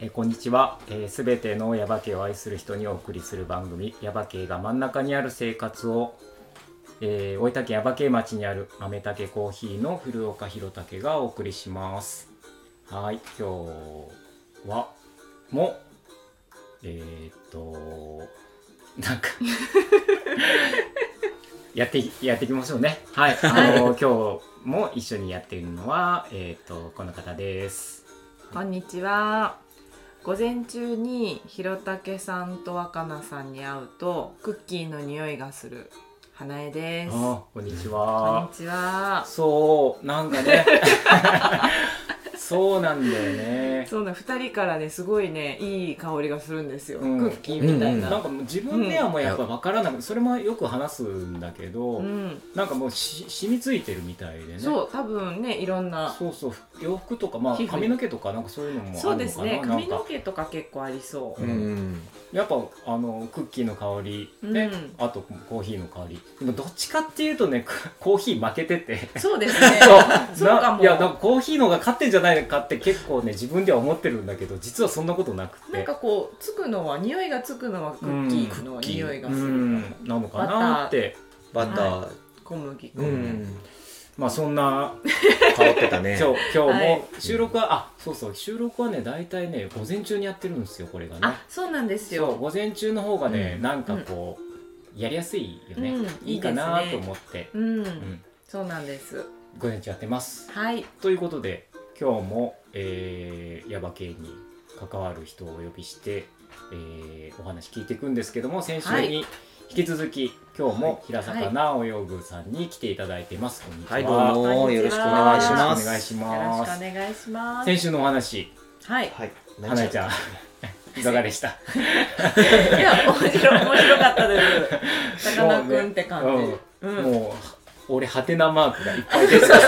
こんにちは。すべてのヤバ系を愛する人にお送りする番組、ヤバ系が真ん中にある生活を、大分県ヤバ系町にある豆竹コーヒーの古岡弘武がお送りします。はい、今日はもなんかやっていきましょうね。はい、今日も一緒にやっているのはこの方です。 こんにちは。午前中に弘武さんと若菜さんに会うとクッキーの匂いがする花江です。 こんにちは。 こんにちは。 そうなんかねそうなんだよね。 そうだ、2人からねすごいねいい香りがするんですよ、クッキーみたいな、 なんかもう自分ではもうやっぱ分からなくて、それもよく話すんだけど、なんかもう染みついてるみたいでね。 そう、多分ねいろんなそう洋服とか、髪の毛とかなんかそういうのもあるのかな。 そうですね、髪の毛とか結構ありそう、 やっぱクッキーの香りね、あとコーヒーの香り。でもどっちかっていうとねコーヒー負けててそうですねそうかも。 いやなんかコーヒーの方が勝ってんじゃないかって結構ね自分では思ってるんだけど、実はそんなことなくて、 なんかこうつくのは匂いがつくのはクッキーの匂いがするなのかなって。 バター、 小麦粉、 まあそんな変わってたね。 今日も収録は、収録はね大体ね午前中にやってるんですよ、これがね。 そうなんですよ。 そう、午前中の方がね、なんかこうやりやすいよね、いいかなと思って、 そうなんです。 午前中やってます。 はい。 ということで今日もヤバ系に関わる人をお呼びして、お話聞いていくんですけども、先週に引き続き今日も平坂直泳ぐさんに来ていただいてます。こんにちは。 はい、どうもよろしくお願いします。 よろしくお願いします。 先週のお話、 はい。 花江ちゃんいかがでした？いや、面白かったです。さかなクンって感じ。 もう俺ハテナマークがいっぱい出てた。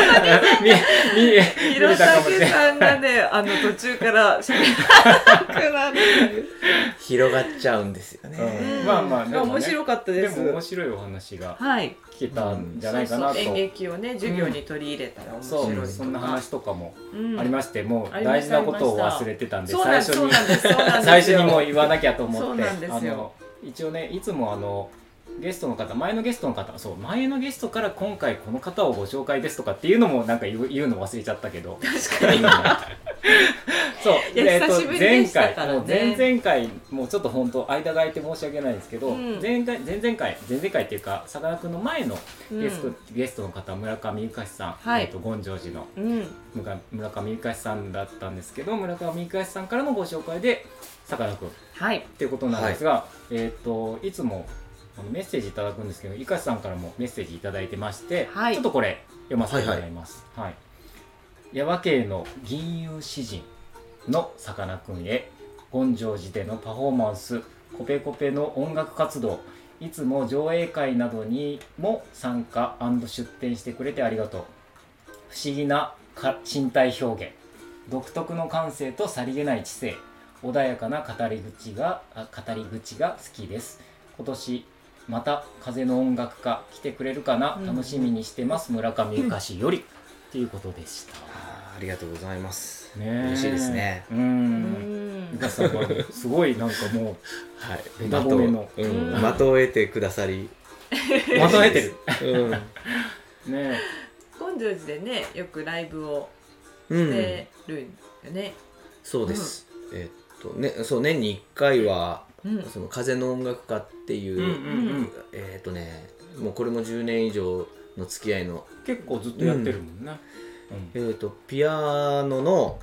弘武さんがね、途中から喋らなくなる。 広がっちゃうんですよね。 まあでもね、 面白かったです。 でも面白いお話が聞けたんじゃないかなと。 演劇をね授業に取り入れたら面白いとか、 そんな話とかもありまして、もう大事なことを忘れてたんで、最初にもう言わなきゃと思って、一応ね、いつもゲストの方、前のゲストから今回この方をご紹介ですとかっていうのもなんか言うの忘れちゃったけど、 確かにそう、 久しぶりでしたからね。 前々回もうちょっと本当間が空いて申し訳ないんですけど、前々回っていうかさかなクンの前のゲストの方、村上ゆかしさん、権成寺の村上ゆかしさんだったんですけど、村上ゆかしさんからのご紹介でさかなクンっていうことなんですが、いつもメッセージいただくんですけど、ゆかしさんからもメッセージいただいてまして、ちょっとこれ読ませてもらいます。ヤバ系の銀融詩人のさかなクンへ、権成寺でのパフォーマンス、コペコペの音楽活動、いつも上映会などにも参加&出展してくれてありがとう。不思議な身体表現、独特の感性とさりげない知性、穏やかな語り口が好きです。今年また風の音楽家来てくれるかな、楽しみにしてます。村上ゆかしよりっていうことでした。 ありがとうございます。 嬉しいですね。 ゆかしさんはすごいなんかもうベタ褒めの的を得てくださり、 的を得てる。 権成寺でねよくライブをしてるんよね。 そうです。そう年に1回はその風の音楽家っていうもうこれも10年以上の付き合いの、 結構ずっとやってるもんね。 ピアノの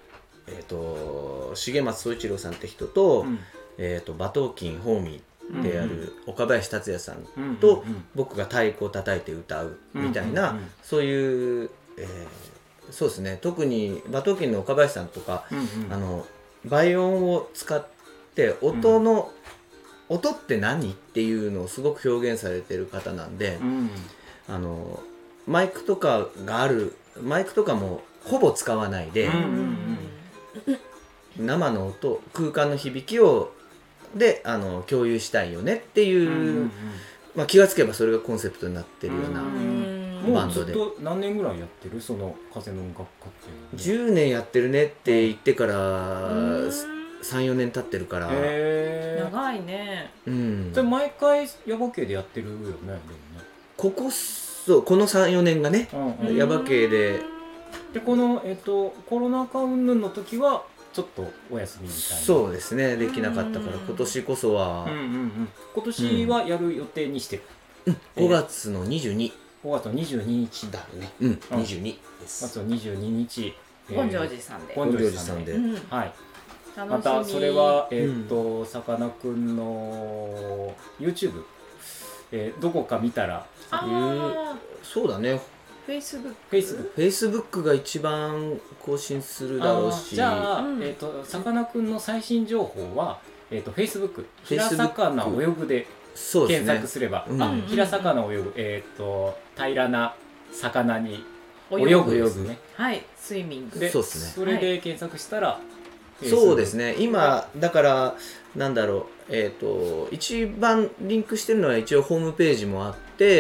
重松宗一郎さんって人と、馬頭琴ホーミーである岡林達也さんと僕が太鼓を叩いて歌うみたいな、そういう、そうですね、特に馬頭琴の岡林さんとか、倍音を使って音って何っていうのをすごく表現されてる方なんで、マイクとかもほぼ使わないで、生の音、空間の響きを共有したいよねっていう、気がつけばそれがコンセプトになってるようなバンドで。 もうずっと何年ぐらいやってるその風の音楽家っていうのは。 10年やってるねって言ってから3、4年経ってるから。 長いね。 で毎回ヤバ系でやってるよね。でもねこの3、4年がね、ヤバ系で。 でこの、コロナ禍云々の時はちょっとお休みみたいな。 そうですね、できなかったから今年こそは。 今年はやる予定にしてる。 5月の22。 5月の22日だね。22です。 5月の22日。 本庄寺さんで。 本庄寺さんで。 はい。またそれはさかなクンの YouTube どこか見たら。 そうだね。Facebook が一番更新するだろうし。 じゃあさかなクンの最新情報はFacebook 平魚泳ぐで検索すれば、平魚泳ぐ平らな魚に泳ぐですね。 はい、スイミングで、それで検索したら。 そうですね、今だからなんだろう、一番リンクしてるのは一応ホームページもあって。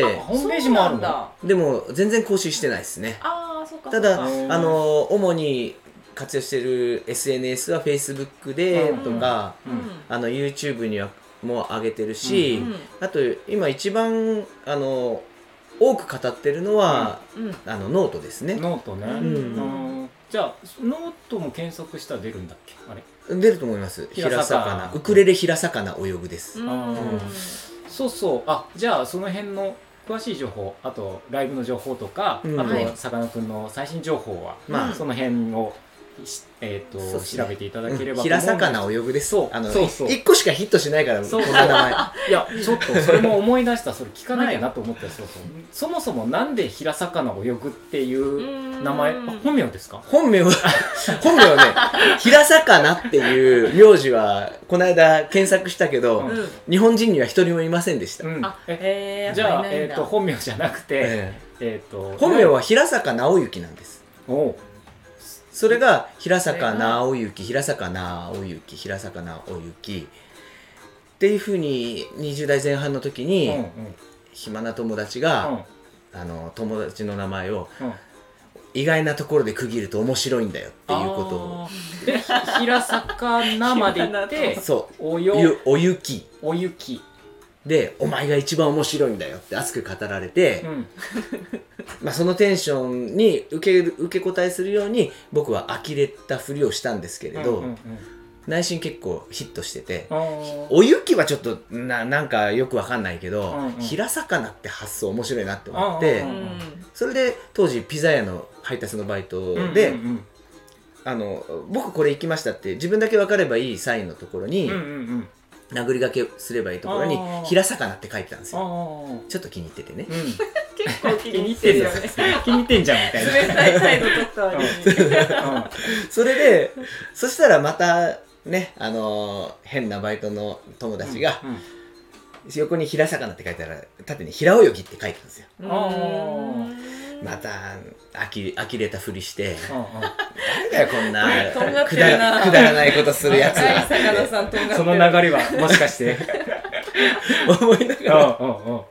ホームページもあるんだ。 でも全然更新してないですね。ただ主に活用してる SNS は Facebook でとか、YouTube にはも上げてるし、あと今一番多く語ってるのはノートですね。 ノートね。じゃあノートも検索したら出るんだっけ？あれ出ると思います。平魚、ウクレレ平魚泳ぐです。 そうそう。じゃあその辺の詳しい情報、あとライブの情報とか、あとさかなクンの最新情報は、その辺を調べていただければ。 平魚泳ぐです。 そう 1個しかヒットしないから、この名前。 いやちょっとそれも思い出した。それ聞かなきゃなと思って。そもそもなんで平魚泳ぐっていう名前、本名ですか？ 本名はね、平魚っていう名字はこの間検索したけど、日本人には一人もいませんでした。 じゃあ本名じゃなくて本名は平坂直之なんです。それが平坂直之、平坂直之、平坂直之っていうふうに20代前半の時に暇な友達が友達の名前を意外なところで区切ると面白いんだよっていうことを。 で平魚まで行っておゆきでお前が一番面白いんだよって熱く語られて、そのテンションに受け答えするように僕は呆れたふりをしたんですけれど、内心結構ヒットしてて、おゆきはちょっとなんかよくわかんないけど、平魚って発想面白いなって思って、それで当時ピザ屋の配達のバイトで僕これ行きましたって自分だけ分かればいいサインのところに殴り書きすればいいところに平魚って書いてたんですよ。ちょっと気に入っててね。 結構気に入ってるよね。 気に入ってんじゃんみたいな。 冷たい態度取ったわけそれでそしたらまたね、変なバイトの友達が横に平魚って書いたら縦に平泳ぎって書いてたんですよ。また呆れたふりして誰だよこんなくだらないことするやつは。 その流れはもしかして思いなが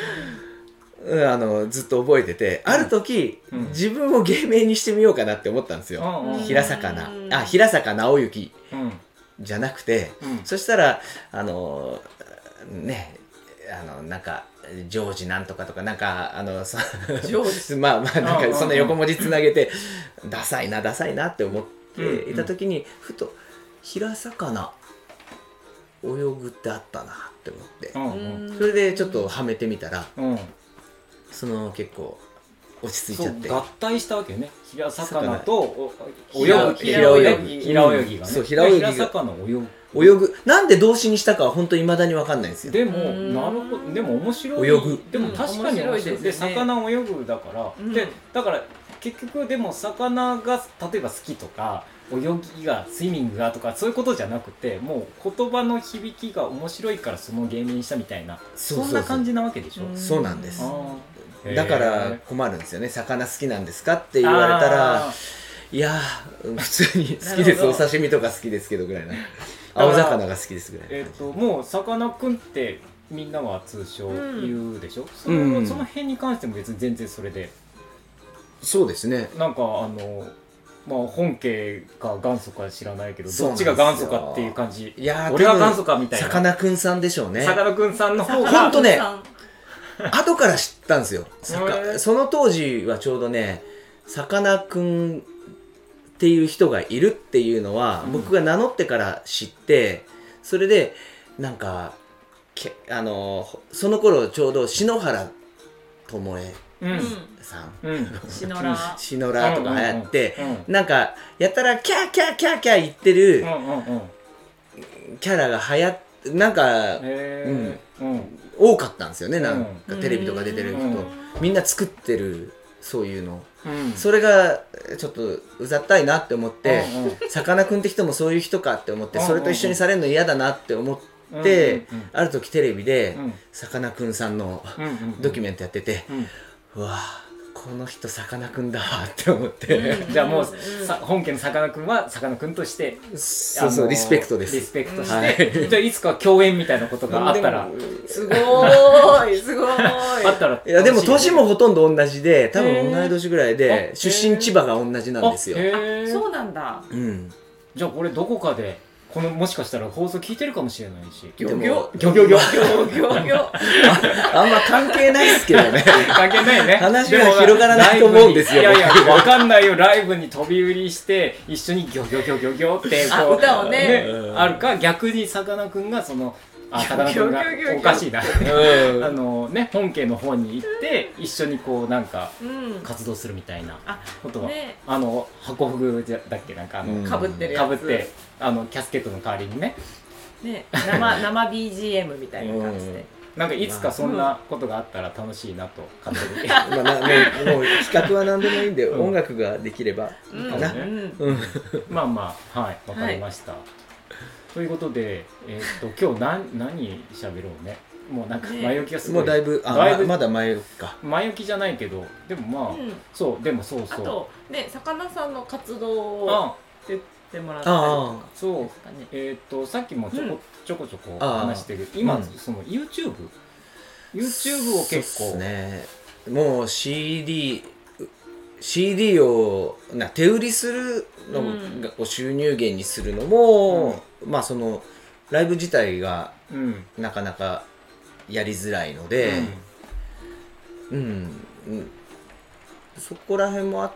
らずっと覚えてて、ある時自分を芸名にしてみようかなって思ったんですよ。平坂直之じゃなくて、そしたらなんかジョージなんとかとかなんかジョージなんかそんな横文字つなげてダサいなって思っていた時にふと平魚泳ぐってあったなって思って、それでちょっとはめてみたら結構落ち着いちゃって、 合体したわけね。平魚と平泳ぎがね。そう、平魚泳ぐなんで動詞にしたかは本当に未だに分かんないんですよ。 でもなるほど。でも面白い。 泳ぐ。 でも確かに面白いで、魚泳ぐだから、でだから結局でも魚が例えば好きとか泳ぎがスイミングがとかそういうことじゃなくて、もう言葉の響きが面白いからその芸名にしたみたいな、そんな感じなわけでしょ。 そうなんです。だから困るんですよね。魚好きなんですかって言われたら、いや普通に好きです、お刺身とか好きですけどぐらいな、青魚が好きですぐらいな。 もうさかなクンってみんなは通称言うでしょ、その辺に関しても別に全然それでそうですね。 なんかまあ本家か元祖か知らないけどどっちが元祖かっていう感じ。 いや俺が元祖かみたいな。 さかなクンさんでしょうね。 さかなクンさんの方がほんとね後から知ったんですよ。その当時はちょうどねさかなクンっていう人がいるっていうのは、僕が名乗ってから知って、それでなんかその頃ちょうど篠原ともえさん、シノラとか流行って、なんかやたらキャーキャーキャーキャー言ってるキャラが流行ってなんか、多かったんですよね。なんかテレビとか出てる人、みんな作ってるそういうの、それがちょっとうざったいなって思って、さかなクンって人もそういう人かって思って、それと一緒にされるの嫌だなって思って、ある時テレビでさかなクンさんのドキュメントやってて、うわこの人さかなクンだって思って、 じゃあもう本家のさかなクンはさかなクンとしてそうリスペクトです。 リスペクトして、じゃあいつか共演みたいなことがあったらすごーいすごいあったら、 いやでも年もほとんど同じで、多分同い年ぐらいで、出身千葉が同じなんですよ。 そうなんだ。 じゃあこれどこかでもしかしたら放送聞いてるかもしれないし、 ギョギョギョギョギョギョギョあんま関係ないですけどね。 関係ないね。 話が広がらないと思うんですよ。 いやいやわかんないよ。ライブに飛び売りして一緒にギョギョギョギョギョってこう歌をねあるか、逆にさかなクンがさかなクンがおかしいなね、本家の方に行って一緒にこうなんか活動するみたいなことは、箱フグだっけ、なんかかぶってるやつ、 かぶってキャスケットの代わりにね生 BGM みたいな感じで、 なんかいつかそんなことがあったら楽しいなと勝手にもう企画は何でもいいんで、音楽ができればいいかな。 まあまあはい、わかりました。ということで、今日何喋ろうね。もうなんか前置きがすごい。 もうだいぶまだ前置きか。 前置きじゃないけど、でもまあ、そうでもそうそう。 あとね、さかなさんの活動を言ってもらったりとか。 そう。さっきもちょこちょこ話してる。今その YouTube を結構ね、もう CD を手売りするのを収入源にするのも、まあそのライブ自体がなかなかやりづらいので、そこら辺もあって、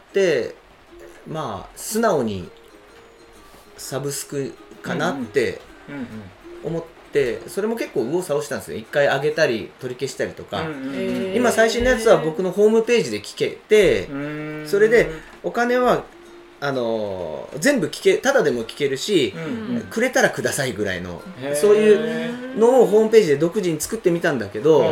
まあ素直にサブスクかなって思って、それも結構右往左往したんですよ。一回上げたり取り消したりとか。今最新のやつは僕のホームページで聞けて、それでお金は全部ただでも聞けるし、くれたらくださいぐらいの、そういうのをホームページで独自に作ってみたんだけど、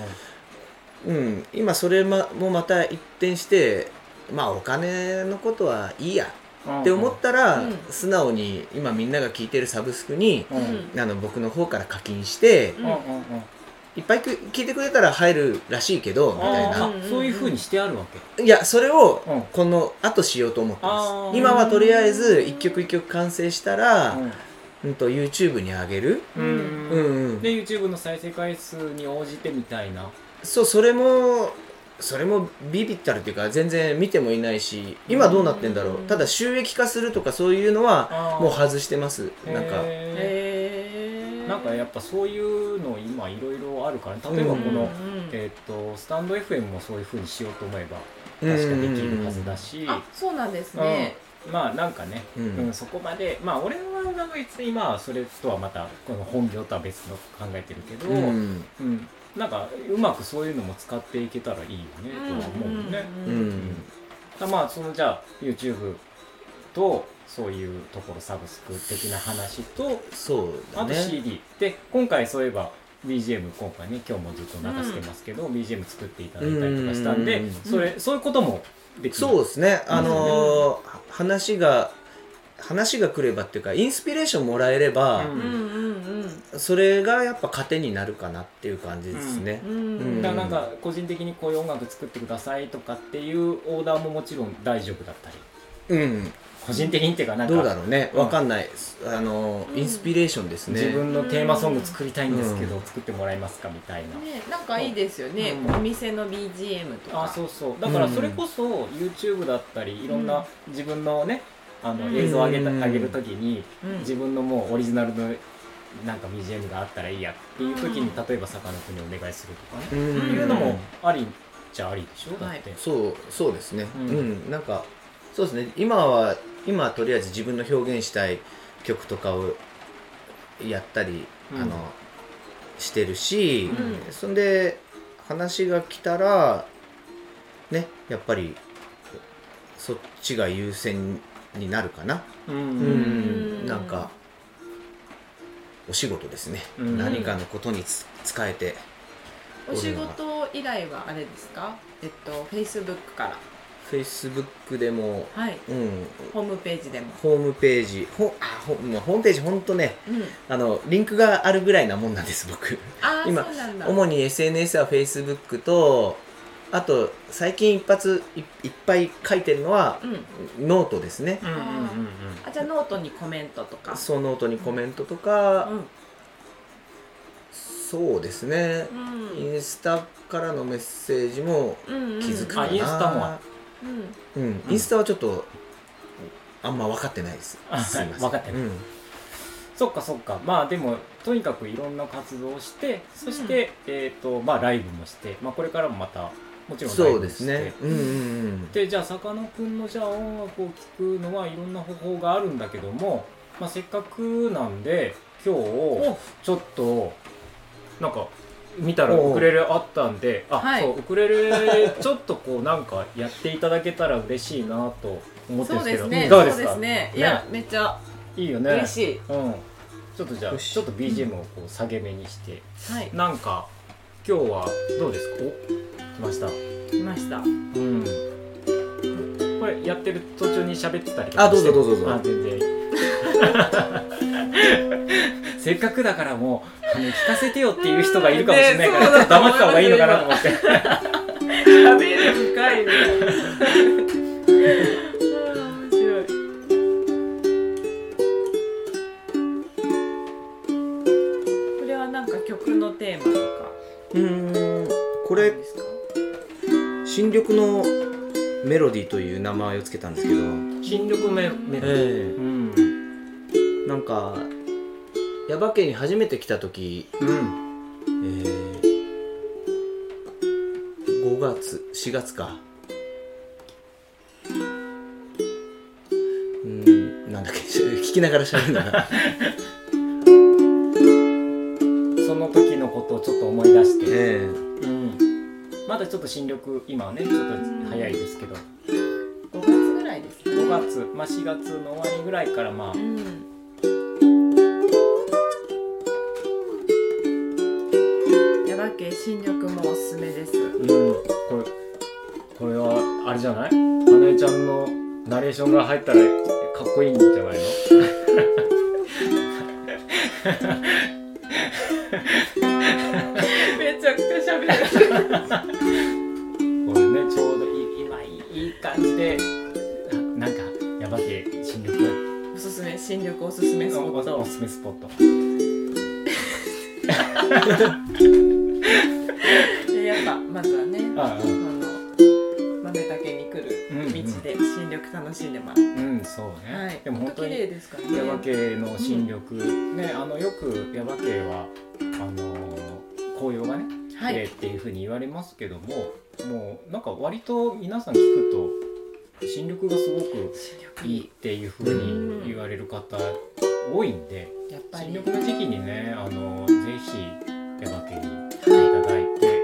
今それもまた一転して、まあお金のことはいいやって思ったら、素直に今みんなが聞いてるサブスクに、僕の方から課金して、いっぱい聞いてくれたら入るらしいけどみたいな、 そういう風にしてあるわけ。 いやそれをこの後しようと思ってます。今はとりあえず一曲一曲完成したら、YouTube に上げる。 で YouTube の再生回数に応じてみたいな。 そう、それもビビったるっていうか全然見てもいないし、今どうなってんだろう。ただ収益化するとかそういうのはもう外してます。 なんかやっぱそういうの今いろいろあるから、例えばこのスタンド FM もそういう風にしようと思えば確かできるはずだし、 そうなんですね。 まあなんかね、そこまでまあ俺は別に今はそれとはまたこの本業とは別の考えてるけど、なんかうまくそういうのも使っていけたらいいよねとは思うね。まあそのじゃあ YouTube とそういうところサブスク的な話と、あと CD で今回そういえば BGM 今回ね今日もずっと流してますけど、BGM 作っていただいたりとかしたんで、そういうこともできる。 そうですね。話が来ればっていうかインスピレーションもらえれば、それがやっぱ糧になるかなっていう感じですね。 だからなんか個人的にこういう音楽作ってくださいとかっていうオーダーももちろん大丈夫だったり。 個人的にっていうかなんかどうだろうね、わかんない、インスピレーションですね。 自分のテーマソング作りたいんですけど、作ってもらえますかみたいな、 ね、なんかいいですよね、お店の BGM とか。 そうそう、だからそれこそ YouTube だったりいろんな自分のね映像を上げるときに、自分のもうオリジナルのなんか BGM があったらいいやっていう時に、例えばさかなクンにお願いするとかね、いうのもありじゃありでしょ、だって。 そうですね、なんかそうですね、今はとりあえず自分の表現したい曲とかをやったり、してるし、そんで話が来たらね、やっぱりそっちが優先になるかな。なんかお仕事ですね、何かのことに使えて。 お仕事依頼はあれですか？Facebook から。 Facebook でも、 ホームページでも。 ホームページホームページほんとね、リンクがあるぐらいなもんなんです僕。今主に SNS は Facebook と、あと最近いっぱい書いてるのは、ノートですね。 じゃあノートにコメントとか。 そう、ノートにコメントとか、そうですね、インスタからのメッセージも気づくかな。 インスタもインスタはちょっとあんま分かってないです。すいません。 分かってない。そっかそっか。まあでもとにかくいろんな活動をして、そしてまあライブもして、まあこれからもまたもちろんライブもして。そうですね。でじゃあさかなクンのじゃあ音楽を聴くのはいろんな方法があるんだけども、まあせっかくなんで今日ちょっとなんか見たらウクレレあったんで、そうウクレレちょっとこうなんかやっていただけたら嬉しいなと思ってるんですけど、いかがですか？ いやめっちゃいいよね。 嬉しい。 ちょっとじゃあちょっと BGM をこう下げ目にして、なんか今日はどうですか？来ました。 来ました。 これやってる途中に喋ってたりとかして。 どうぞ。 全然。せっかくだからもう聞かせてよっていう人がいるかもしれないから、ちょっと黙った方がいいのかなと思って。 喋る深いね。面白い。これはなんか曲のテーマとか。 これ新緑のメロディーという名前をつけたんですけど、 新緑メロディー。 なんか耶馬渓に初めて来た時、5月4月か、なんだっけ、聞きながら喋るんだな。 その時のことをちょっと思い出して、まだちょっと新緑今はねちょっと早いですけど、 5月ぐらいですね。 5月、まあ4月の終わりぐらいからまあ。 新緑もおすすめです。 これはあれじゃない？花江ちゃんのナレーションが入ったらかっこいいんじゃないの？ めちゃくちゃ喋る。 これねちょうど今いい感じで、なんか耶馬渓新緑おすすめ、新緑おすすめスポット。 おすすめスポット。 やっぱまずはね、豆岳に来る道で新緑楽しんでます。 そうね。 でも本当に綺麗ですからね。 耶馬渓の新緑ね、よく耶馬渓は紅葉がね綺麗っていう風に言われますけども、もうなんか割と皆さん聞くと新緑がすごくいいっていう風に言われる方多いんで、新緑の時期にねぜひ耶馬渓に来ていただいて、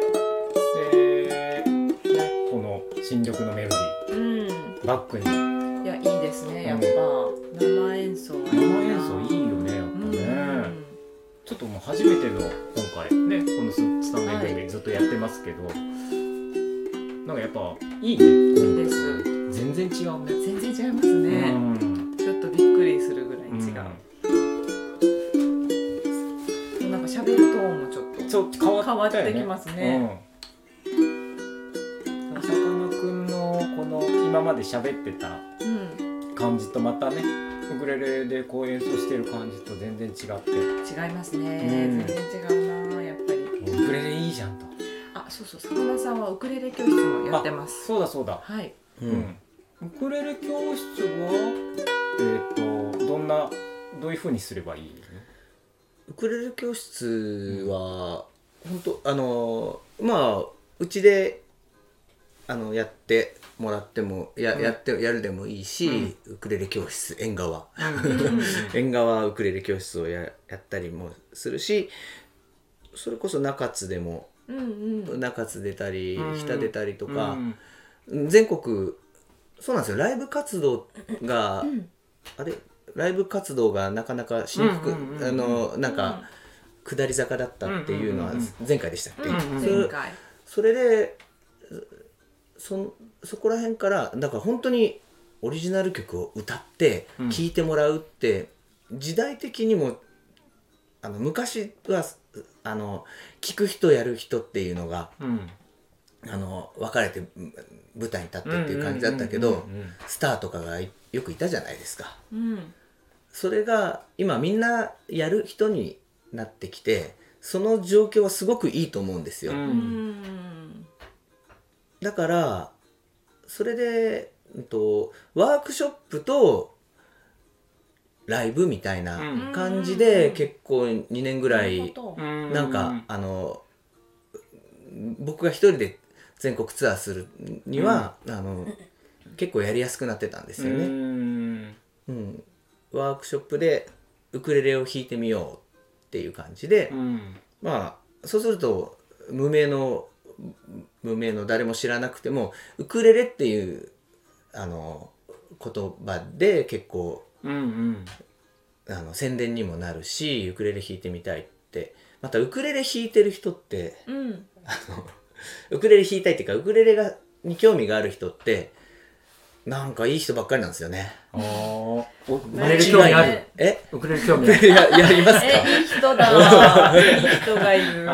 で、この新緑のメロディーバックに、 いやいいですね。やっぱ生演奏いいよね、やっぱね。ちょっともう初めての今回ねこのスタンド FM でずっとやってますけど、なんかやっぱいいね。 いいです。 全然違うね。 全然違いますね。ちょっとびっくりするぐらい違う。なんか喋るトーンもちょっと変わってきますね。 さかなクンのこの今まで喋ってた感じとまたねウクレレでこう演奏してる感じと全然違って違いますね、全然違うなやっぱり。 ウクレレいいじゃんと。 あ、そうそう、魚さんはウクレレ教室もやってます。 そうだそうだ。 はい、 ウクレレ教室はどういう風にすればいいの？ ウクレレ教室は本当まあうちでやってもらってもやるでもいいし、ウクレレ教室縁側縁側ウクレレ教室をやったりもするし、それこそ中津でも、中津出たり日田出たりとか、全国そうなんですよ。ライブ活動が、ライブ活動がなかなかしにくく、なんか下り坂だったっていうのは前回でしたっけ？ 前回。 それでそこら辺からだから本当にオリジナル曲を歌って聴いてもらうって、時代的にも昔は聴く人やる人っていうのが、分かれて舞台に立ってっていう感じだったけど、スターとかがよくいたじゃないですか。それが今みんなやる人になってきて、その状況はすごくいいと思うんですよ。だからそれでワークショップとライブみたいな感じで結構2年ぐらいなんか僕が一人で全国ツアーするには結構やりやすくなってたんですよね。ワークショップでウクレレを弾いてみようっていう感じで、まあそうすると無名の誰も知らなくてもウクレレっていう言葉で結構、宣伝にもなるし、ウクレレ弾いてみたいって、またウクレレ弾いてる人って、ウクレレ弾いたいっていうかウクレレに興味がある人ってなんかいい人ばっかりなんですよね。 ウクレレ興味ある？ウクレレ興味ある？ やりますか？ いい人だ。いい人がいる。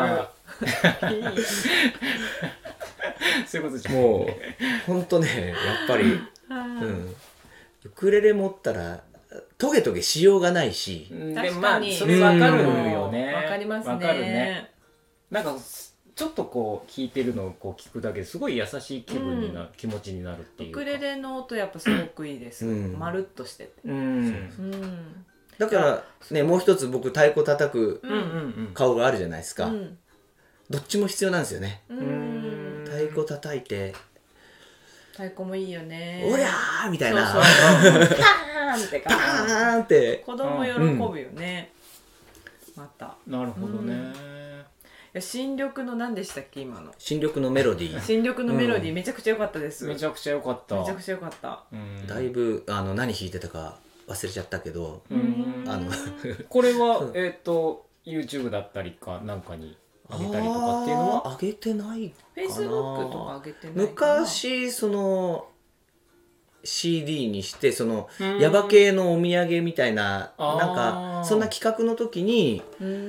そういうことじゃん。 もう本当ね、やっぱり、ウクレレ持ったらトゲトゲしようがないし、 確かにそれ分かるよね。 分かりますね。 分かるね。なんかちょっとこう弾いてるのをこう聞くだけですごい優しい気持ちになるっていうか。 ウクレレの音やっぱすごくいいです。まるっとしてて。 だからね、もう一つ僕太鼓叩く顔があるじゃないですか。どっちも必要なんですよね。太鼓叩いて太鼓もいいよね。 おりゃーみたいな、 パーンってパーンって子供喜ぶよね。またなるほどね。 新緑の何でしたっけ今の？ 新緑のメロディー。 新緑のメロディーめちゃくちゃ良かったです。 めちゃくちゃ良かった。 めちゃくちゃ良かった。 だいぶ何弾いてたか忘れちゃったけど、 これはYouTube だったりかなんかに上げたりとかっていうのは上げてないかな。 Facebook とか上げてないかな。 昔その CD にしてそのヤバ系のお土産みたいななんかそんな企画の時に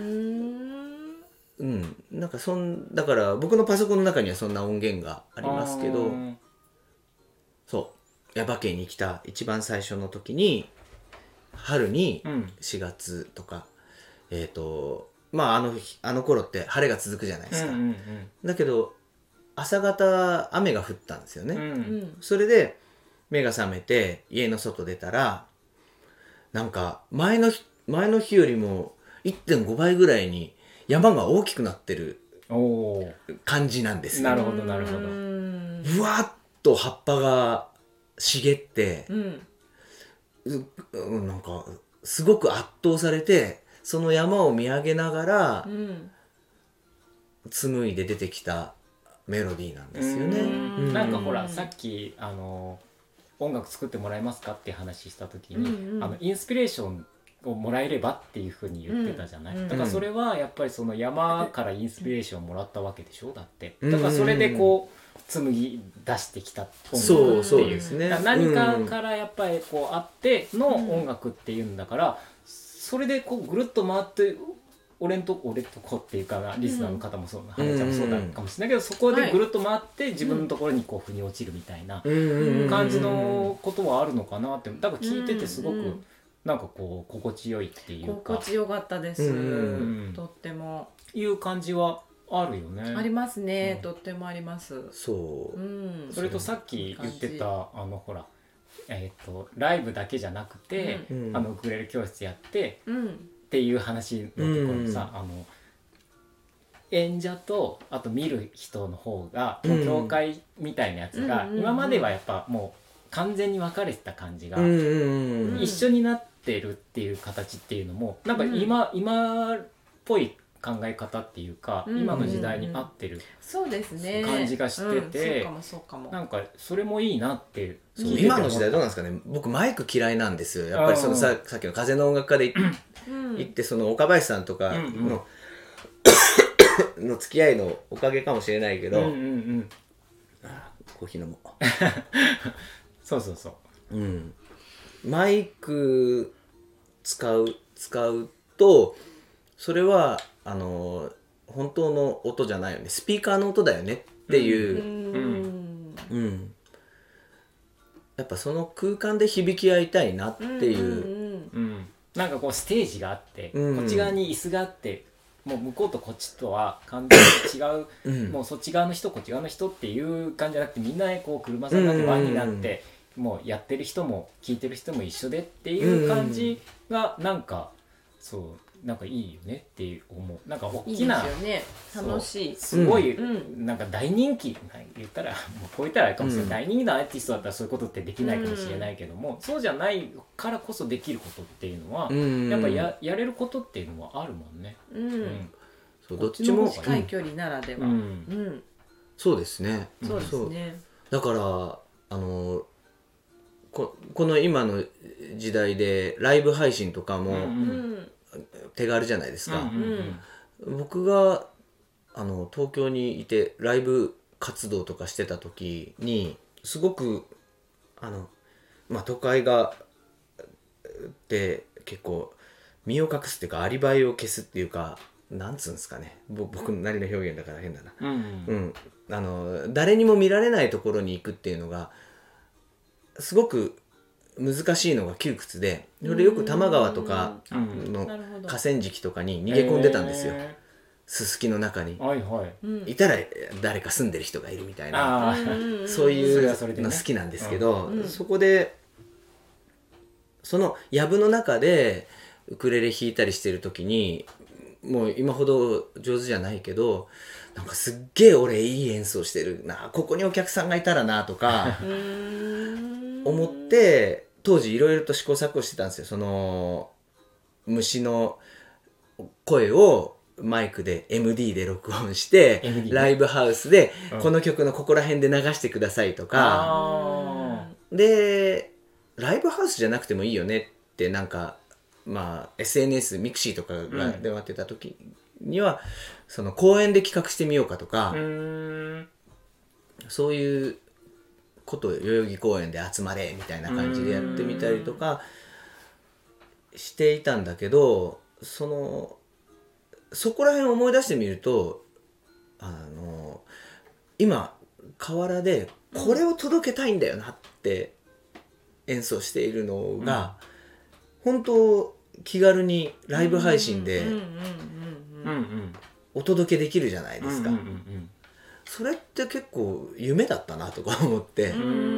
なんかだから僕のパソコンの中にはそんな音源がありますけど、そうヤバ系に来た一番最初の時に春に4月とかまああの頃って晴れが続くじゃないですか。だけど朝方雨が降ったんですよね。それで目が覚めて家の外出たらなんか前の日よりも 1.5 倍ぐらいに山が大きくなってる感じなんですよ。 なるほどなるほど。 ぶわっと葉っぱが茂って、なんかすごく圧倒されてその山を見上げながら、紡いで出てきたメロディーなんですよね。 なんかほらさっき音楽作ってもらえますかって話した時に、インスピレーションをもらえればっていうふうに言ってたじゃない、だからそれはやっぱりその山からインスピレーションをもらったわけでしょ。だってだからそれでこう紡ぎ出してきた音楽っていう、ね、何かからやっぱりこうあっての音楽っていうんだから、それでこうぐるっと回って俺とこっていうかリスナーの方もそう、花ちゃんもそうだかもしれないけど、そこでぐるっと回って自分のところにこう腑に落ちるみたいな感じのことはあるのかなって、だから聞いててすごくなんかこう心地よいっていうか、 心地よかったです、とってもいう感じはあるよね。 ありますね、とってもあります。 そう、 それとさっき言ってたほらライブだけじゃなくて、ウクレレ教室やって、っていう話のところさ、演者とあと見る人の方が、教会みたいなやつが、今まではやっぱもう完全に分かれてた感じが、一緒になってるっていう形っていうのもなんか今っぽい考え方っていうか、今の時代に合ってる感じがしてて、なんかそれもいいなって。 今の時代どうなんですかね。僕マイク嫌いなんですよ。やっぱりそのさっきの風の音楽家で行って、その岡林さんとかのの付き合いのおかげかもしれないけど、コーヒー飲もう。 そうそうそう、 マイク使うとそれは本当の音じゃないよね、スピーカーの音だよねっていう、やっぱその空間で響き合いたいなっていう、 なんかこうステージがあって、こっち側に椅子があって、もう向こうとこっちとは完全に違う、もうそっち側の人こっち側の人っていう感じじゃなくて、みんなこう車座になって輪になって、もうやってる人も聴いてる人も一緒でっていう感じがなんかなんかいいよねって思う。なんか大きな、 いいですよね、楽しい、 すごい、なんか大人気、言ったらもうこう言ったらあれかもしれない、大人気のアーティストだったらそういうことってできないかもしれないけども、そうじゃないからこそできることっていうのは、やっぱやれることっていうのはあるもんね。 そう、どっちも近い距離ならでは、 そうですね。 そうですね。 だからこの今の時代でライブ配信とかも手軽じゃないですか。僕が東京にいてライブ活動とかしてた時にすごく都会がで結構身を隠すっていうかアリバイを消すっていうか、なんつうんですかね、僕なりの表現だから変だな、誰にも見られないところに行くっていうのがすごく難しいのが窮屈で、それよく多摩川とかの河川敷とかに逃げ込んでたんですよ。すすきの中に、いたら誰か住んでる人がいるみたいな、そういうの好きなんですけど、そこでその藪の中でウクレレ弾いたりしてる時に、もう今ほど上手じゃないけど、なんかすっげえ俺いい演奏してるな、ここにお客さんがいたらなとか思って当時いろいろと試行錯誤してたんですよ。その虫の声をマイクで MD で録音して、ライブハウスでこの曲のここら辺で流してくださいとか、でライブハウスじゃなくてもいいよねって、なんかSNS ミクシーとかが出回ってた時には、その公演で企画してみようかとか、そういうことを代々木公園で集まれみたいな感じでやってみたりとかしていたんだけど、そこら辺を思い出してみると、今河原でこれを届けたいんだよなって演奏しているのが、本当気軽にライブ配信でお届けできるじゃないですか。それって結構夢だったなとか思って、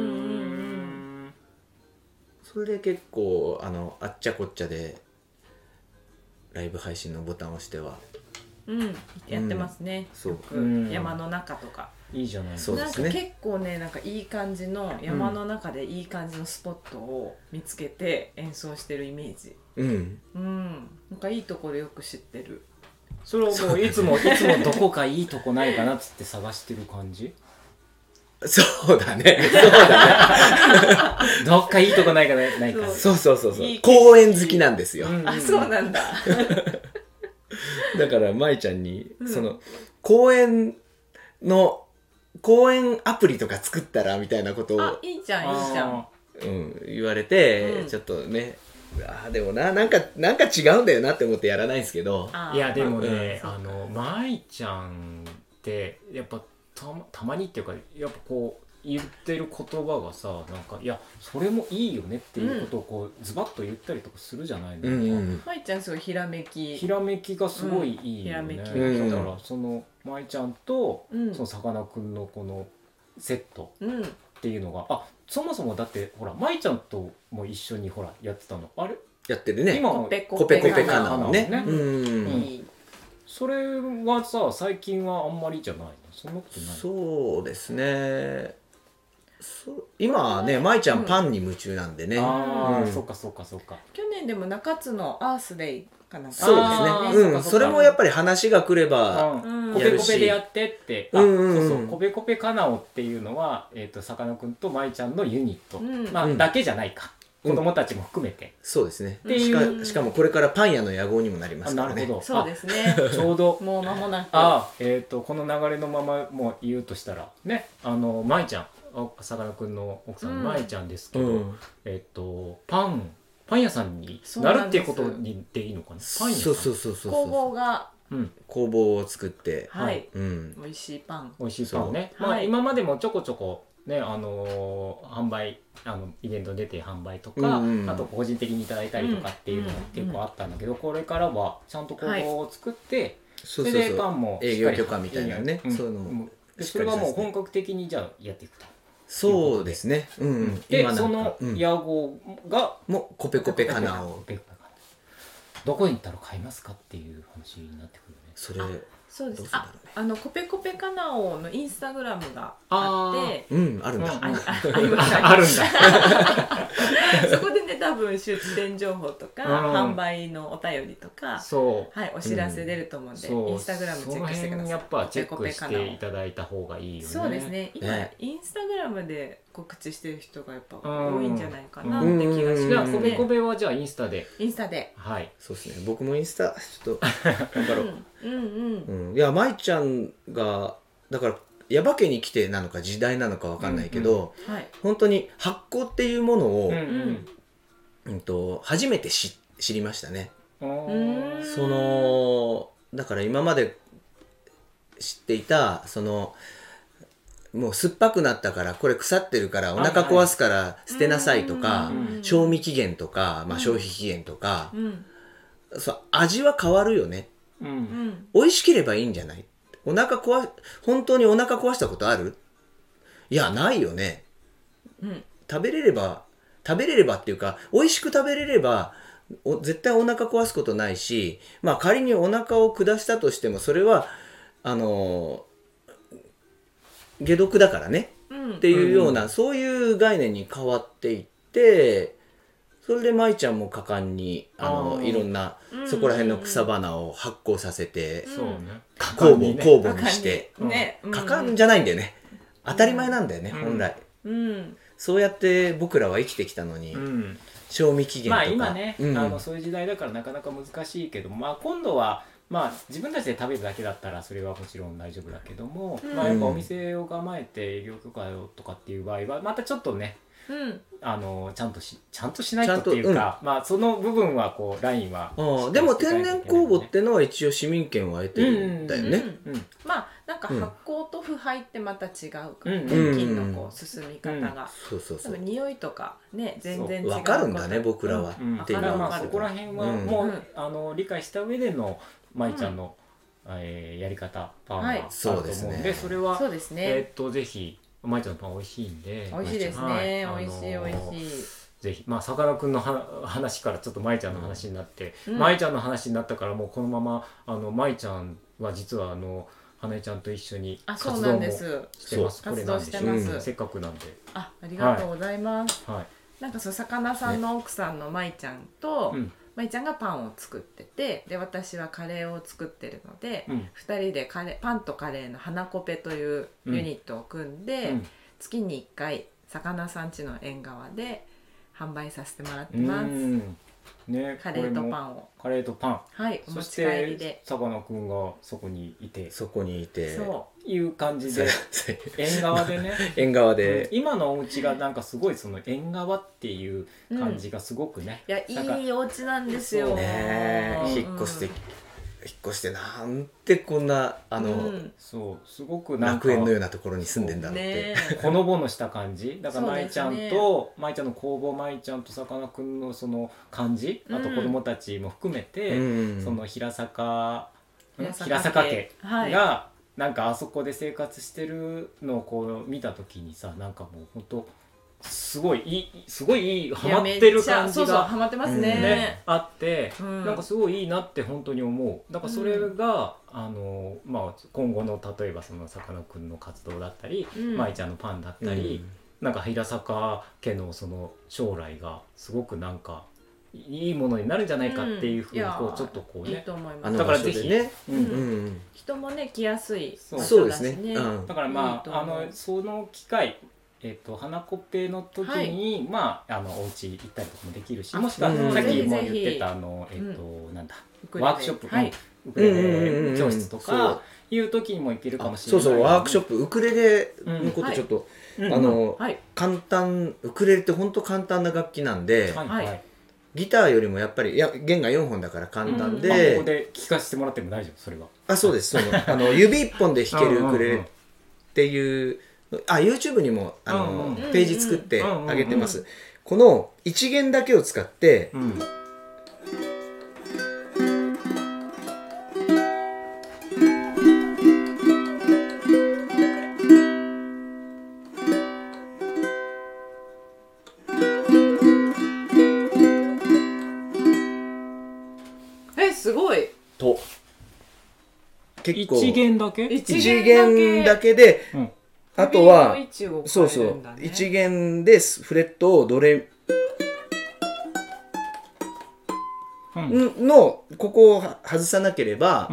それで結構あっちゃこっちゃでライブ配信のボタンを押しては、 やってますね。山の中とかいいじゃないですか。 なんか結構ね、なんかいい感じの山の中でいい感じのスポットを見つけて演奏してるイメージ。なんかいいところよく知ってる。 それをもういつもどこかいいとこないかなっつって探してる感じ。 そうだね。 どっかいいとこないかないか。 そう。公園好きなんですよ。 そうなんだ。 だから舞ちゃんにその公園アプリとか作ったらみたいなことをいいじゃん言われて、ちょっとねでもなんか違うんだよなって思ってやらないんですけど。 いやでもね、舞ちゃんってやっぱたまにっていうかやっぱこう言ってる言葉がさ、なんかいやそれもいいよねっていうことをこうズバッと言ったりとかするじゃないのか。 舞ちゃんすごいひらめきがすごいいいよね。だからその舞ちゃんとそのさかなクンのこのセットっていうのが、そもそもだってほら舞ちゃんとも一緒にほらやってたのあれやってるね。 今コペコペカナのね。 それはさ最近はあんまりじゃないの？そんなことない？ そうですね。今ね舞ちゃんパンに夢中なんでね。 そっかそっかそっか。 去年でも中津のアースデイかなんか。 そうですね。それもやっぱり話が来ればコペコペでやってって、そうそうコペコペカナオっていうのはさかなクンと舞ちゃんのユニットだけじゃないか。子供たちも含めて。 そうですね。しかもこれからパン屋の野望にもなりますからね。 なるほど。そうですね。 ちょうどもう間もなく。 この流れのままもう言うとしたらね、舞ちゃん。さかなクンの奥さん舞ちゃんですけど、パン屋さんになるっていうことにでいいのかな。パン屋さん。 そう工房を作って、 美味しいパンね。今までもちょこちょこね販売イベント出て販売とか、あと個人的にいただいたりとかっていうのが結構あったんだけど、これからはちゃんと工房を作って、それでパンも営業許可みたいなね、そういうのもそれはもう本格的にじゃあやっていくと。 そうですね。 でその屋号がもうコペコペカナをどこに行ったら買いますかっていう話になってくるね。 それそうです。コペコペカナオのインスタグラムがあって、 あるんだ。 あるんだ。 そこでね多分出店情報とか販売のお便りとか、お知らせ出ると思うんで、インスタグラムチェックしてください。 やっぱチェックしていただいた方がいいよね。 そうですね。今インスタグラムで告知してる人がやっぱ多いんじゃないかなって気がします。 コペコペはじゃあインスタで。 はい。そうですね。僕もインスタちょっと頑張ろう。いや舞ちゃんがだから耶馬家に来てなのか時代なのか分かんないけど、本当に発酵っていうものを初めて知りましたね。だから今まで知っていたもう酸っぱくなったからこれ腐ってるからお腹壊すから捨てなさいとか、賞味期限とか、消費期限とか、味は変わるよね。美味しければいいんじゃない？本当にお腹壊したことある？いやないよね。食べれればっていうか美味しく食べれれば絶対お腹壊すことないし、仮にお腹を下したとしてもそれは解毒だからね、っていうような、そういう概念に変わっていって、それで舞ちゃんも果敢にいろんなそこら辺の草花を発酵させて、酵母にして、果敢じゃないんだよね。当たり前なんだよね、本来。そうやって僕らは生きてきたのに、賞味期限とか今ね、そういう時代だからなかなか難しいけど、今度は自分たちで食べるだけだったらそれはもちろん大丈夫だけども、やっぱお店を構えて営業許可をとかっていう場合はまたちょっとね、ちゃんとしないとっていうか、その部分はこうラインはでも天然酵母ってのは一応市民権を得てるんだよね。 なんか発酵と腐敗ってまた違うからね、菌のこう進み方が、匂いとかね全然違う。 分かるんだね僕らは。 そこら辺はもう理解した上での舞ちゃんのやり方パンはあると思うんで、それはぜひ舞ちゃんのパン美味しいんで。 美味しいですね。美味しい。 ぜひさかなクンの話からちょっと舞ちゃんの話になって、舞ちゃんの話になったからもうこのまま舞ちゃんは実は花江ちゃんと一緒に活動もしてます。 活動してます。 せっかくなんで。 ありがとうございます。なんかさかなさんの奥さんの舞ちゃんと舞ちゃんがパンを作ってて、で私はカレーを作ってるので、2人でパンとカレーの花コペというユニットを組んで、月に1回さかなさん家の縁側で販売させてもらってます。 ね、 カレーとパンをカレーとパン、 はい、お持ち帰りでさかなクンがそこにいてそういう感じで縁側でね縁側で、 今のお家がなんかすごいその縁側っていう感じがすごくね、 いやいいお家なんですよね。引っ越してなんてこんなそうすごくなんか楽園のようなところに住んでんだって、 ほのぼのした感じだから舞ちゃんと舞ちゃんの工房舞ちゃんとさかなクンのその感じ、あと子供たちも含めて、その平坂家がなんかあそこで生活してるのをこう見た時にさ、なんかもうほんとすごいいいハマってる感じがハマってますねあって、なんかすごいいいなって本当に思う。だからそれが、まあ、今後の例えばそのさかなクンの活動だったり、舞ちゃんのパンだったり、なんか平坂家のその将来がすごくなんかいいものになるんじゃないかっていうふうにこうちょっとこうね、 いいと思います。 だからぜひね、 人もね来やすい場所だしね。 だからまあその機会花コッペの時に、まあお家行ったりとかもできるし、もしくはさっきも言ってたなんだワークショップ、ウクレレ教室とかいう時にも行けるかもしれない。 そうワークショップウクレレのことちょっと簡単、ウクレレって本当簡単な楽器なんで、ギターよりもやっぱり弦が4本だから簡単で、 ここで聴かせてもらっても大丈夫？それはそうです。指1本で弾けるウクレレっていうYouTube にもページ作ってあげてます。この1弦だけを使って、 すごいと結構 1弦だけ 1弦だけで、あとはそう1弦でフレットをドレのここを外さなければ、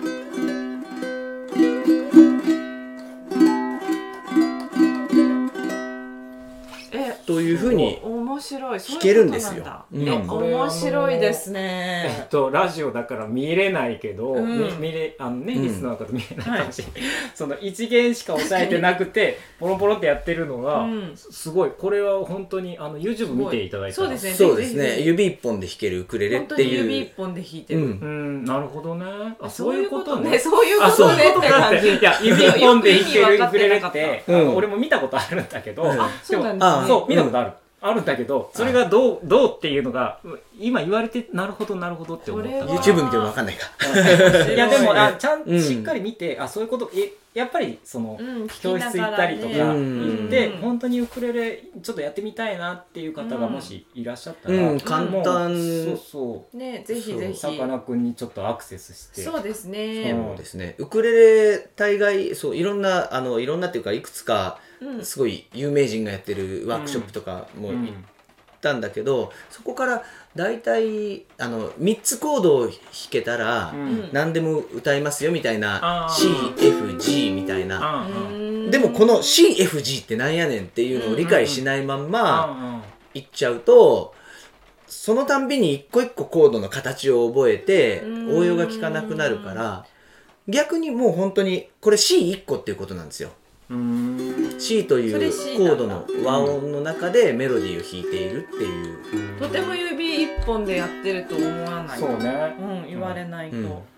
というふうに弾けるんですよ。 面白いですね。 ラジオだから見れないけど、リスナーの方見れないかもしれない。その一弦しか押さえてなくてポロンポロンってやってるのがすごい。これは本当にYouTube 見ていただいたらそうですね。指一本で弾けるウクレレっていう。 指一本で弾いてる。 なるほどね。 そういうことね。そういうことねって感じ。 いや指一本で弾けるウクレレって俺も見たことあるんだけど、 そうなんですね。 そう見たことあるんだけど、それがどうっていうのが今言われてなるほどって思った。 YouTube 見ても分かんないか。 いやでもちゃんとしっかり見て、そういうことやっぱりその教室行ったりとか行って本当にウクレレちょっとやってみたいなっていう方がもしいらっしゃったら、 簡単そうね、ぜひぜひさかなクンにちょっとアクセスして。 そうですね。 ウクレレ大概いろんなっていうかいくつかすごい有名人がやってるワークショップとかも行ったんだけど、そこからだいたい3つコードを弾けたら何でも歌いますよみたいな、CFG みたいな。でもこの CFG ってなんやねんっていうのを理解しないまんまいっちゃうと、そのたんびに一個一個コードの形を覚えて応用が効かなくなるから、逆にもう本当にこれ C1 個っていうことなんですよ。C というコードの和音の中でメロディーを弾いているっていう。 とても指一本でやってると思わない。 そうね。 言われないと。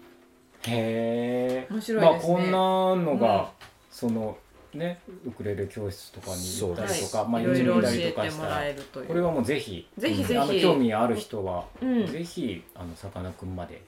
へえ。 面白いですね。 こんなのがそのねウクレレ教室とかに行ったりとか、 いろいろ教えてもらえるという。 これはもうぜひ興味ある人はぜひさかなクンまで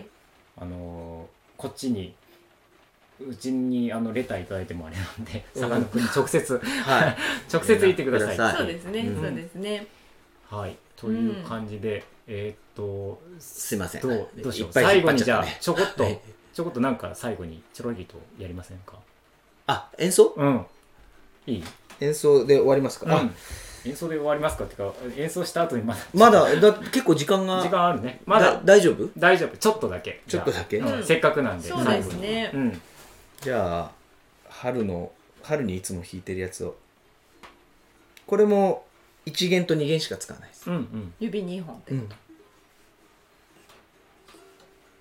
こっちに。うちにレターいただいてもあれなんで、さかなクンに直接直接言ってください。 そうですね、そうですね。 はい、という感じで、 すいません。 どうしよう。最後にじゃあちょこっとなんか最後にちょろりとやりませんか。 演奏？ いい？ 演奏で終わりますか？ 演奏で終わりますかっていうか、演奏した後にまだ結構時間あるね。まだ大丈夫？ 大丈夫。ちょっとだけ。せっかくなんで。 そうですね。 じゃあ春にいつも弾いてるやつを、これも1弦と2弦しか使わないです。 指2本ってこと。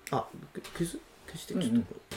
あ、消してちょっとこれ。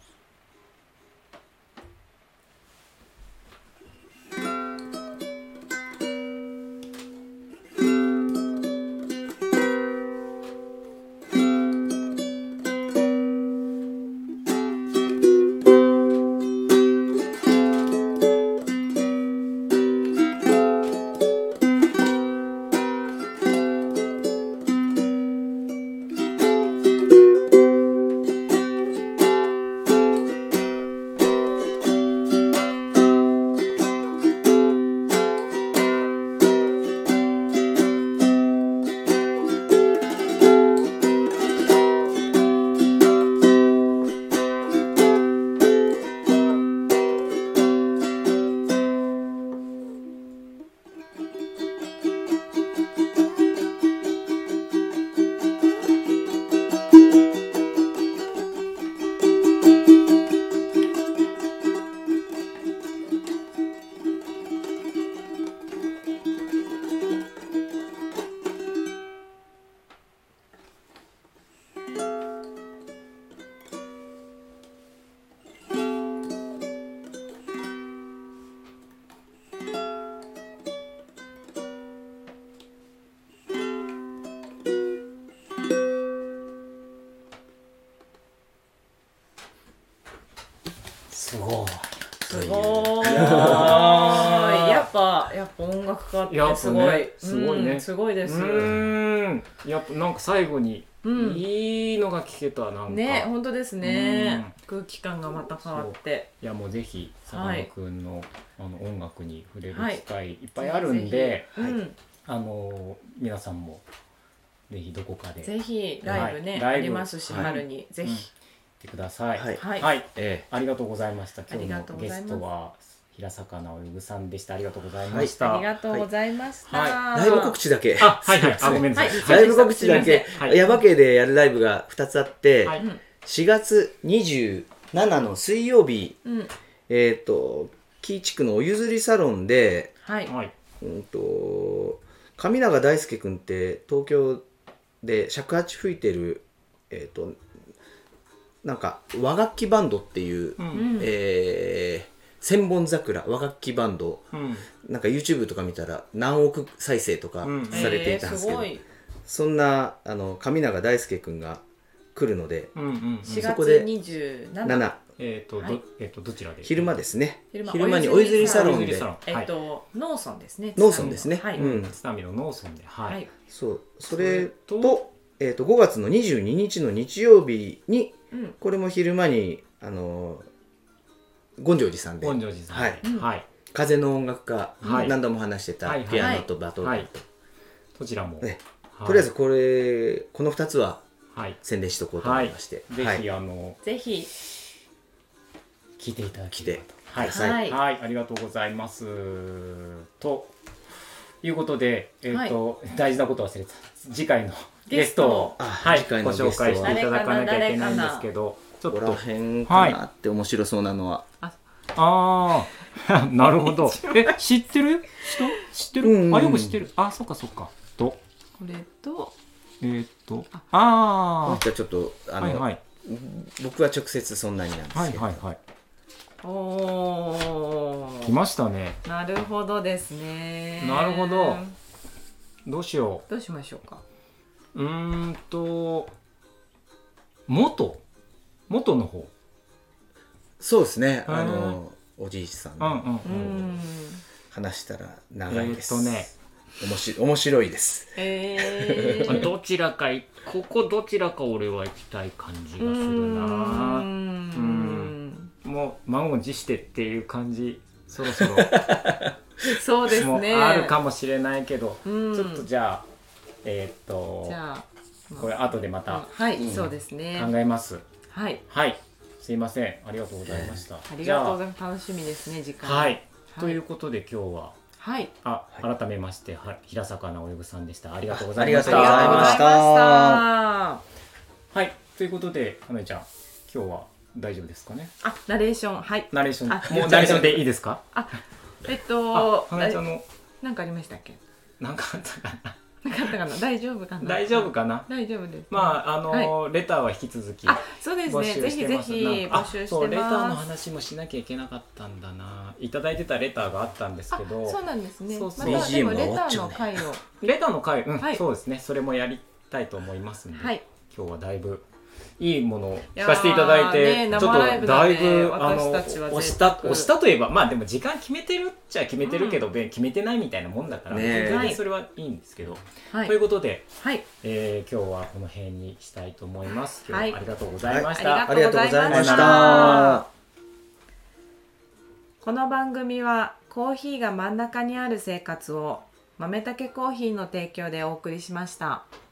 すごい。 すごい。やっぱ音楽家ってすごい。 すごいね。 すごいです。 やっぱなんか最後にいいのが聞けた、なんか。 ね、本当ですね。空気感がまた変わって。 いやもうぜひ坂野くんの音楽に触れる機会いっぱいあるんで、皆さんもぜひどこかでぜひライブねありますし、春にぜひ。 ください。はい、ありがとうございました。今日のゲストは平坂直由さんでした。ありがとうございました。 ありがとうございました。 ライブ告知だけ。 ごめんなさい。 ライブ告知だけ。耶馬渓でやるライブが2つあって、4月27の水曜日、紀伊地区のお譲りサロンで、上永大輔君って東京で尺八吹いてるなんか和楽器バンドっていう、千本桜和楽器バンド、なんか YouTube とか見たら何億再生とかされていたんですけど、そんな上永大輔くんが来るので、 4月27 どちらで昼間ですね。昼間にお譲りサロンでノーソンですね。 ノーソンですね。 津波のノーソンで、 そうそれと5月の22日の日曜日にこれも昼間に権成寺さんで風の音楽家、何度も話してたピアノとバトルと、 どちらもとりあえずこの2つは宣伝しとこうと思いまして、 ぜひ聞いていただきてありがとうございます。ということで大事なこと忘れた、次回のゲストをご紹介していただかなきゃいけないんですけど、 ちょっとここら辺かなって面白そうなのは、 なるほど。知ってる人知ってる、よく知ってる。そっかそっか。とこれとじゃあちょっと僕は直接そんなになんですけど、 来ましたね。 なるほどですね。 なるほど。どうしよう。 どうしましょうか。 元の方。 そうですね。おじいさん話したら長いです。面白いです。 どちらかどちらか俺は行きたい感じがするな。もう満を持してっていう感じ、そろそろそうですね、 あるかもしれないけど、ちょっとじゃあこれ後でまたそうですね、 考えます。 はいすいません、ありがとうございました。 ありがとうございます。楽しみですね、時間。 ということで今日は改めまして平坂直由さんでした。ありがとうございました。 はい、 ということで花江ちゃん、今日は大丈夫ですかね。 ナレーション、 ナレーション、もうナレーションでいいですか。 花江ちゃんの何かありましたっけ。 なんかあったかな。 なかったかな。大丈夫かな。 大丈夫かな。 大丈夫です。 まあはい、レターは引き続きそうですね。ぜひぜひ募集してます。 そうレターの話もしなきゃいけなかったんだな。いただいてたレターがあったんですけど。 そうなんですね。 そうそう。 またでもレターの回を。 レターの回、そうですね。それもやりたいと思いますので、今日はだいぶいいものを聞かせていただいて、ちょっとだいぶ押したといえば、まあでも時間決めてるっちゃ決めてるけど、決めてないみたいなもんだから、全然それはいいんですけど、ということで、今日はこの辺にしたいと思います。今日はありがとうございました。 ありがとうございました。 この番組はコーヒーが真ん中にある生活を豆たけコーヒーの提供でお送りしました。